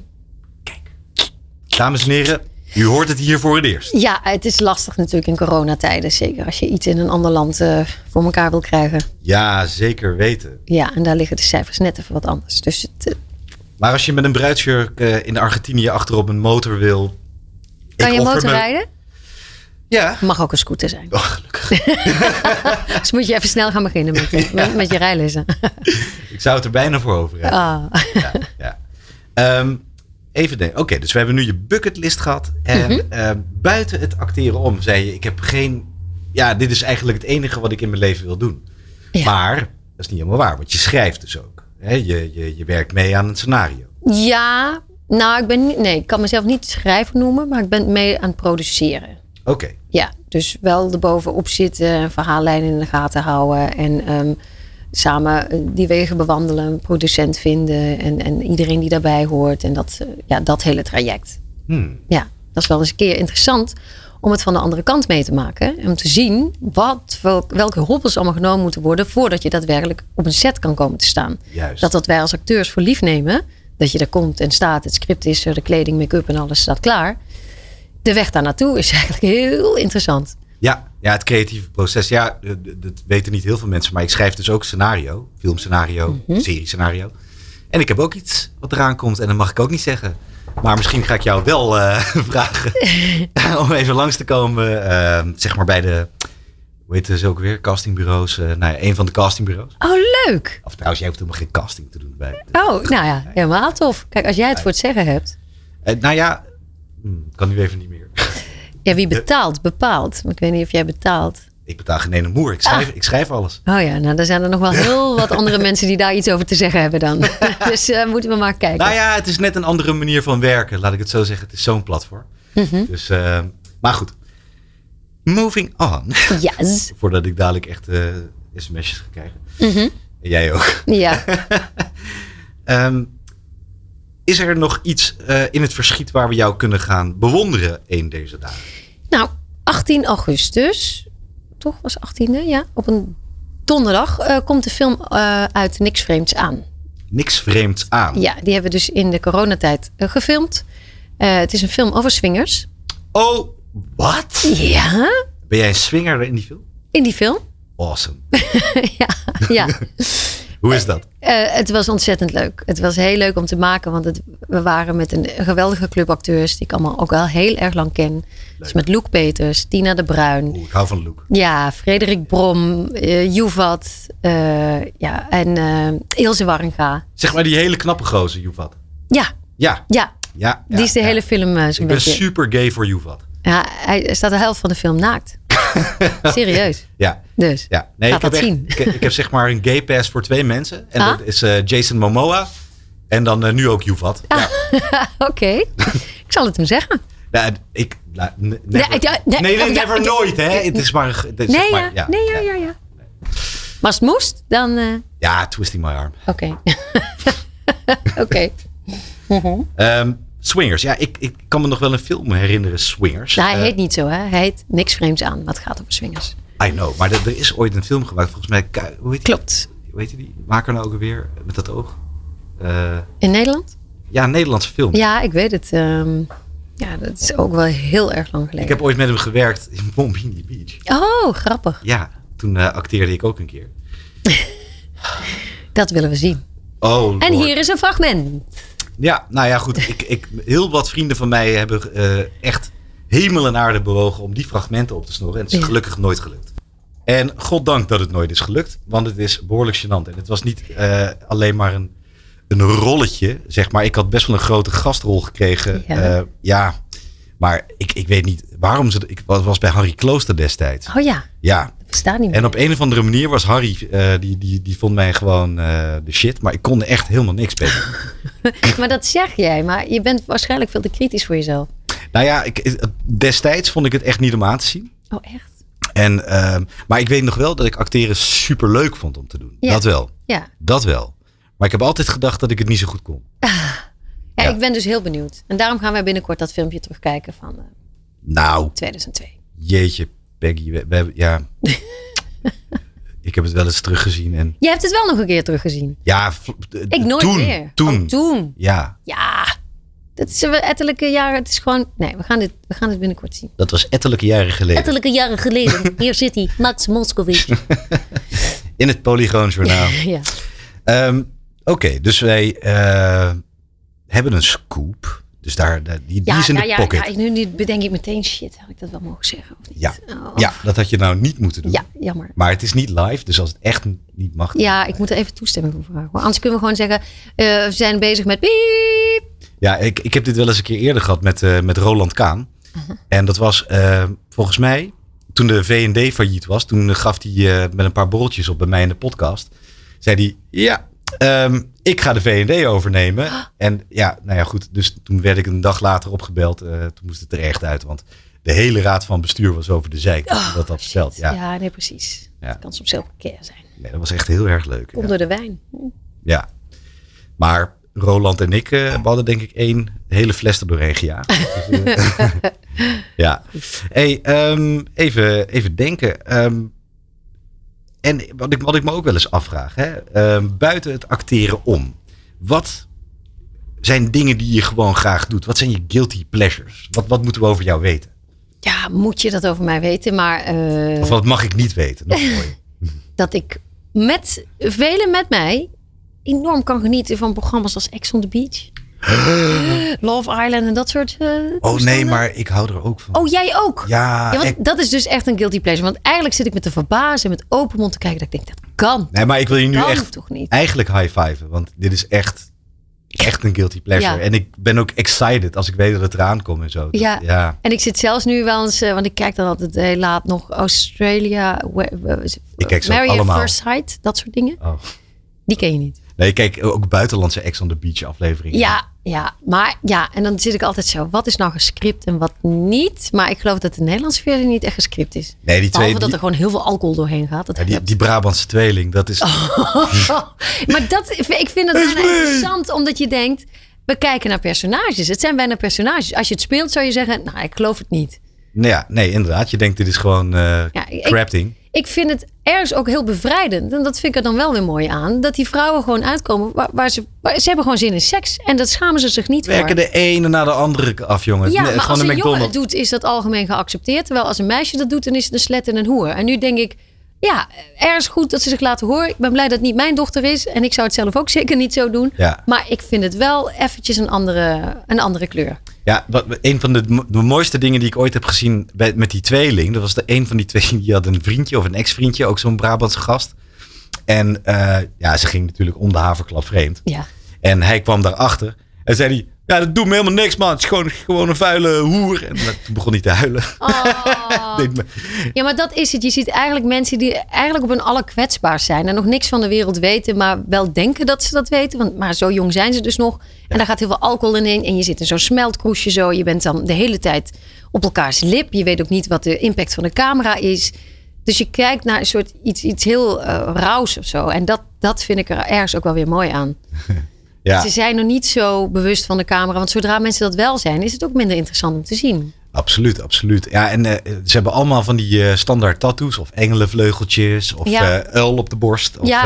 Dames en heren, u hoort het hier voor het eerst. Ja, het is lastig natuurlijk in coronatijden. Zeker als je iets in een ander land voor elkaar wil krijgen. Ja, zeker weten. Ja, en daar liggen de cijfers net even wat anders. Dus Maar als je met een bruidsjurk in Argentinië achterop een motor wil... kan je offer motor me- rijden? Ja. Mag ook een scooter zijn. Oh, gelukkig. Dus moet je even snel gaan beginnen met je rijlessen. Ik zou het er bijna voor over hebben. Ah. Ja. Even denken. Oké, dus we hebben nu je bucketlist gehad. En buiten het acteren om zei je... ik heb geen... Ja, dit is eigenlijk het enige wat ik in mijn leven wil doen. Ja. Maar dat is niet helemaal waar. Want je schrijft dus ook. Hè? Je werkt mee aan een scenario. Ja, nou, ik kan mezelf niet schrijver noemen, maar ik ben mee aan het produceren. Oké. Ja, dus wel erbovenop zitten, verhaallijnen in de gaten houden en samen die wegen bewandelen, een producent vinden en iedereen die daarbij hoort en dat hele traject. Ja, dat is wel eens een keer interessant om het van de andere kant mee te maken. En om te zien welke hobbels allemaal genomen moeten worden voordat je daadwerkelijk op een set kan komen te staan. Juist. Dat wij als acteurs voor lief nemen. Dat je er komt en staat. Het script is er, de kleding, make-up en alles staat klaar. De weg daar naartoe is eigenlijk heel interessant. Ja, het creatieve proces. Ja, dat weten niet heel veel mensen. Maar ik schrijf dus ook scenario. Filmscenario, seriescenario. En ik heb ook iets wat eraan komt. En dat mag ik ook niet zeggen. Maar misschien ga ik jou wel vragen om even langs te komen. Zeg maar bij de... Hoe heet ze ook weer? Castingbureaus. Een van de castingbureaus. Oh, leuk. Of trouwens, jij hoeft helemaal geen casting te doen. Oh, nou ja, helemaal tof. Kijk, als jij het voor het zeggen hebt. Kan nu even niet meer. Ja, wie betaalt, bepaalt. Maar ik weet niet of jij betaalt. Ik betaal geen ene moer. Ik schrijf alles. Oh ja, nou dan zijn er nog wel heel wat andere mensen die daar iets over te zeggen hebben dan. Dus moeten we maar kijken. Nou ja, het is net een andere manier van werken. Laat ik het zo zeggen. Het is zo'n platform. Dus, maar goed. Moving on. Yes. Voordat ik dadelijk echt sms'jes ga krijgen. En jij ook. Ja. Is er nog iets in het verschiet waar we jou kunnen gaan bewonderen een deze dagen? Nou, 18 augustus. Toch was 18e? Ja. Op een donderdag komt de film uit Niks Vreemds aan. Niks vreemds aan. Ja, die hebben we dus in de coronatijd gefilmd. Het is een film over swingers. Oh, wat? Ja. Ben jij een swinger in die film? In die film. Awesome. Ja. Hoe is dat? Het was ontzettend leuk. Het was heel leuk om te maken. Want we waren met een geweldige club acteurs. Die ik allemaal ook wel heel erg lang ken. Dus met Loek Peters, Tina de Bruin. Ik hou van Loek. Ja, Frederik Brom, Juvat. En Ilse Warringa. Zeg maar die hele knappe gozer, Juvat. Ja. Ja. Die is de hele film zo'n beetje. Ik ben super gay voor Juvat. Ja, hij staat de helft van de film naakt. Serieus. Ja. Dus, ja. Nee, gaat dat zien. Ik heb zeg maar een gay pass voor 2 mensen. En dat is Jason Momoa. En dan nu ook Juvat. Ja. Oké. Ik zal het hem zeggen. Never nooit, hè? Het is maar... Ja. Maar als het moest, dan... Ja, twisting my arm. Oké. Oké. Swingers. Ja, ik kan me nog wel een film herinneren, Swingers. Nou, hij heet niet zo, hè? Hij heet Niks Vreemds aan, maar het gaat over swingers. I know, maar er is ooit een film gemaakt, volgens mij. Hoe heet Klopt. Hoe heet die? Maak er nou ook alweer met dat oog. In Nederland? Ja, een Nederlandse film. Ja, ik weet het. Ja, dat is ook wel heel erg lang geleden. Ik heb ooit met hem gewerkt in Bombini Beach. Oh, grappig. Ja, toen acteerde ik ook een keer. Dat willen we zien. Oh, en Lord. hier is een fragment. Ja, nou ja, goed. Heel wat vrienden van mij hebben echt hemel en aarde bewogen om die fragmenten op te snorren. En het is gelukkig nooit gelukt. En goddank dat het nooit is gelukt. Want het is behoorlijk gênant. En het was niet alleen maar een rolletje, zeg maar. Ik had best wel een grote gastrol gekregen. Ja. Maar ik weet niet waarom ze... Ik was bij Harry Klooster destijds. Oh ja. Ja. Dat bestaat niet meer. En op een of andere manier was Harry... Die vond mij gewoon de shit. Maar ik kon er echt helemaal niks bij doen. Maar dat zeg jij. Maar je bent waarschijnlijk veel te kritisch voor jezelf. Nou ja, destijds vond ik het echt niet om aan te zien. Oh, echt? Maar ik weet nog wel dat ik acteren super leuk vond om te doen. Ja. Dat wel. Ja. Dat wel. Maar ik heb altijd gedacht dat ik het niet zo goed kon. Ja, ik ben dus heel benieuwd. En daarom gaan wij binnenkort dat filmpje terugkijken van Nou, 2002. jeetje, Peggy. We hebben, ja. Ik heb het wel eens teruggezien. En Je hebt het wel nog een keer teruggezien. ja, Ik nooit meer. Toen. Oh, toen. Ja, Ja. Dat is ettelijke jaren. Het is gewoon... Nee, we gaan dit binnenkort zien. dat was ettelijke jaren geleden. Ettelijke jaren geleden. Hier zit hij. Max Moskowitz. In het Polygoonjournaal. Ja. Oké, dus wij hebben een scoop. Dus die is in de pocket. Ja, nu bedenk ik meteen shit. Had ik dat wel mogen zeggen of niet? Ja. Oh. Ja, dat had je nou niet moeten doen. Ja, jammer. Maar het is niet live, dus als het echt niet mag. Ja, ik moet er even toestemming voor vragen. Maar anders kunnen we gewoon zeggen... we zijn bezig met piep. Ja, ik heb dit wel eens een keer eerder gehad met Roland Kaan. En dat was volgens mij, toen de V&D failliet was, toen gaf hij met een paar borreltjes op bij mij in de podcast. Zei hij, ja, ik ga de V&D overnemen. En ja, nou ja goed, dus toen werd ik een dag later opgebeld. Toen moest het er echt uit, want de hele raad van bestuur was over de zeik. Dat had verteld. Ja, nee, precies. Ja. Het kan soms heel precair zijn. Nee, dat was echt heel erg leuk. Komt door de wijn. Ja, maar Roland en ik we hadden denk ik 1 hele fles er doorheen gejaagd. Dus, ja. Hey, even denken. En wat ik me ook wel eens afvraag. Hè? Buiten het acteren om. Wat zijn dingen die je gewoon graag doet? Wat zijn je guilty pleasures? Wat moeten we over jou weten? Ja, moet je dat over mij weten? Maar Of wat mag ik niet weten? Nog mooi. dat ik met velen met mij enorm kan genieten van programma's als Ex on the Beach. Love Island en dat soort Nee, maar ik hou er ook van. Oh, jij ook? Ja, want dat is dus echt een guilty pleasure. Want eigenlijk zit ik met te verbazen en met open mond te kijken. Dat ik denk, dat kan. Nee, maar ik wil je nu kan echt toch niet? eigenlijk high-fiven. Want dit is echt een guilty pleasure. Ja. En ik ben ook excited als ik weet dat het eraan komt en zo. Ja. En ik zit zelfs nu wel eens, want ik kijk dan altijd heel laat nog Australia, Ik kijk ze Married at allemaal. First Sight, dat soort dingen. Oh. Die ken je niet. Nee, ik kijk ook buitenlandse Ex on the Beach afleveringen. Ja, maar ja, en dan zit ik altijd zo, wat is nou gescript en wat niet? Maar ik geloof dat de Nederlandse versie niet echt gescript is. Nee, die Behalve twee, dat er gewoon heel veel alcohol doorheen gaat. Dat die Brabantse tweeling, dat is... Maar ik vind het bijna interessant, omdat je denkt, we kijken naar personages. Het zijn bijna personages. Als je het speelt, zou je zeggen, nou, ik geloof het niet. Nee, inderdaad. Je denkt, dit is gewoon crafting. Ik vind het ergens ook heel bevrijdend. En dat vind ik er dan wel weer mooi aan. Dat die vrouwen gewoon uitkomen. Waar ze hebben gewoon zin in seks. En dat schamen ze zich niet Werken voor. de ene na de andere af, jongen. Ja, maar gewoon als een een jongen het McDonald's. doet, is dat algemeen geaccepteerd. Terwijl als een meisje dat doet, dan is het een slet en een hoer. En nu denk ik, ja, ergens goed dat ze zich laten horen. Ik ben blij dat het niet mijn dochter is. En ik zou het zelf ook zeker niet zo doen. Ja. Maar ik vind het wel eventjes een andere kleur. Ja, een van de mooiste dingen die ik ooit heb gezien met die tweeling. Dat was een van die tweeling, die had een vriendje of een ex-vriendje. Ook zo'n Brabantse gast. En ze ging natuurlijk om de haverklap vreemd. Ja. En hij kwam daarachter. En zei hij, ja, dat doet me helemaal niks, man. Het is gewoon een vuile hoer. En toen begon hij te huilen. Oh. Ja, maar dat is het. Je ziet eigenlijk mensen die eigenlijk op hun allerkwetsbaarst zijn. En nog niks van de wereld weten, maar wel denken dat ze dat weten. Maar zo jong zijn ze dus nog. En daar gaat heel veel alcohol in. En je zit in zo'n smeltkroesje zo. Je bent dan de hele tijd op elkaars lip. Je weet ook niet wat de impact van de camera is. Dus je kijkt naar een soort iets heel rauws of zo. En dat vind ik er ergens ook wel weer mooi aan. Ja. Ze zijn nog niet zo bewust van de camera. Want zodra mensen dat wel zijn, is het ook minder interessant om te zien. Absoluut. Ja, en ze hebben allemaal van die standaard tattoos. Of engelenvleugeltjes. Of uil op de borst. Of,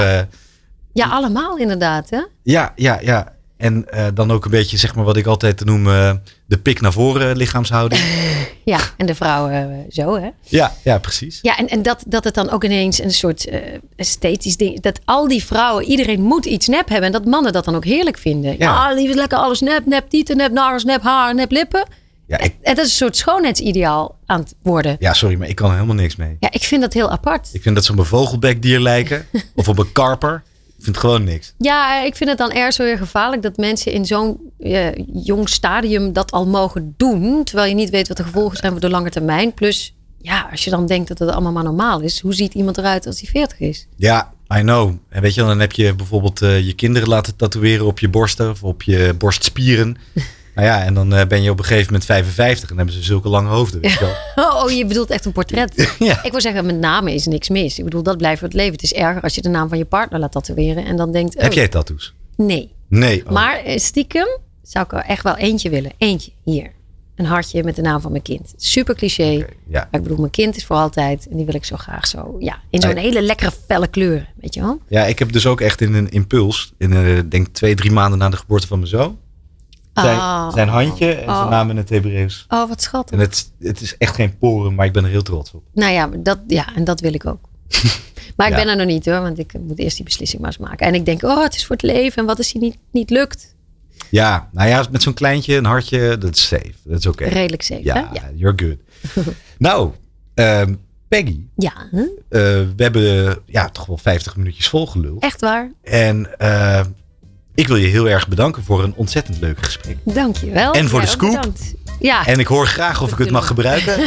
ja, allemaal inderdaad. Hè? Ja. En dan ook een beetje, zeg maar, wat ik altijd noem de pik naar voren lichaamshouding. Ja, en de vrouwen zo, hè? Ja, precies. Ja, en dat het dan ook ineens een soort esthetisch ding... Dat al die vrouwen, iedereen moet iets nep hebben. En dat mannen dat dan ook heerlijk vinden. Ja, lief, lekker alles nep tieten, nep nagels, nep haar, nep lippen. Ja, en dat is een soort schoonheidsideaal aan het worden. Ja, sorry, maar ik kan er helemaal niks mee. Ja, ik vind dat heel apart. Ik vind dat ze op een vogelbekdier lijken. Of op een karper. Ik vind gewoon niks. Ja, ik vind het dan ergens weer gevaarlijk dat mensen in zo'n jong stadium dat al mogen doen. Terwijl je niet weet wat de gevolgen zijn voor de lange termijn. Plus, ja, als je dan denkt dat het allemaal maar normaal is. Hoe ziet iemand eruit als hij 40 is? Ja, I know. En weet je, dan heb je bijvoorbeeld je kinderen laten tatoeëren op je borsten. Of op je borstspieren. Nou ja, en dan ben je op een gegeven moment 55 en hebben ze zulke lange hoofden. Weet je wel. Oh, je bedoelt echt een portret. Ja. Ik wil zeggen, met namen is niks mis. Ik bedoel, dat blijft voor het leven. Het is erger als je de naam van je partner laat tatoeëren en dan denkt... Heb jij tattoos? Nee. Nee. Oh. Maar stiekem zou ik er echt wel eentje willen. Eentje, hier. Een hartje met de naam van mijn kind. Super cliché. Okay, ja. Maar ik bedoel, mijn kind is voor altijd. En die wil ik zo graag zo. Ja, in zo'n hele lekkere felle kleuren. Weet je wel? Ja, ik heb dus ook echt in een impuls. Denk 2-3 maanden na de geboorte van mijn zoon. Zijn handje en zijn naam in het Hebreeuws. Oh, wat schattig. En het is echt geen poren, maar ik ben er heel trots op. Nou ja, en dat wil ik ook. Maar ik ben er nog niet hoor. Want ik moet eerst die beslissing maar eens maken. En ik denk, het is voor het leven. En wat als die niet lukt? Ja, nou ja, met zo'n kleintje, een hartje, dat is safe. Dat is oké. Redelijk safe, ja, hè? Ja, you're good. Nou, Peggy. Ja. We hebben toch wel 50 minuutjes volgeluld. Echt waar? En ik wil je heel erg bedanken voor een ontzettend leuk gesprek. Dank je wel. En voor de scoop. Bedankt. Ja. En ik hoor graag of ik het mag gebruiken.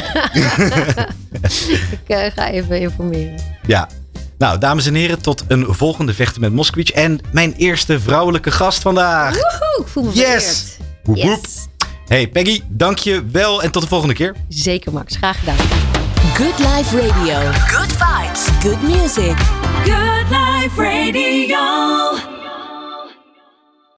Ik ga even informeren. Ja. Nou, dames en heren, tot een volgende Vechten met Moskowitz. En mijn eerste vrouwelijke gast vandaag. Woehoe, ik voel me vereerd. Yes! Woep, woep. Hey Peggy, dank je wel en tot de volgende keer. Zeker Max, graag gedaan. Good Life Radio. Good vibes. Good music. Good Life Radio.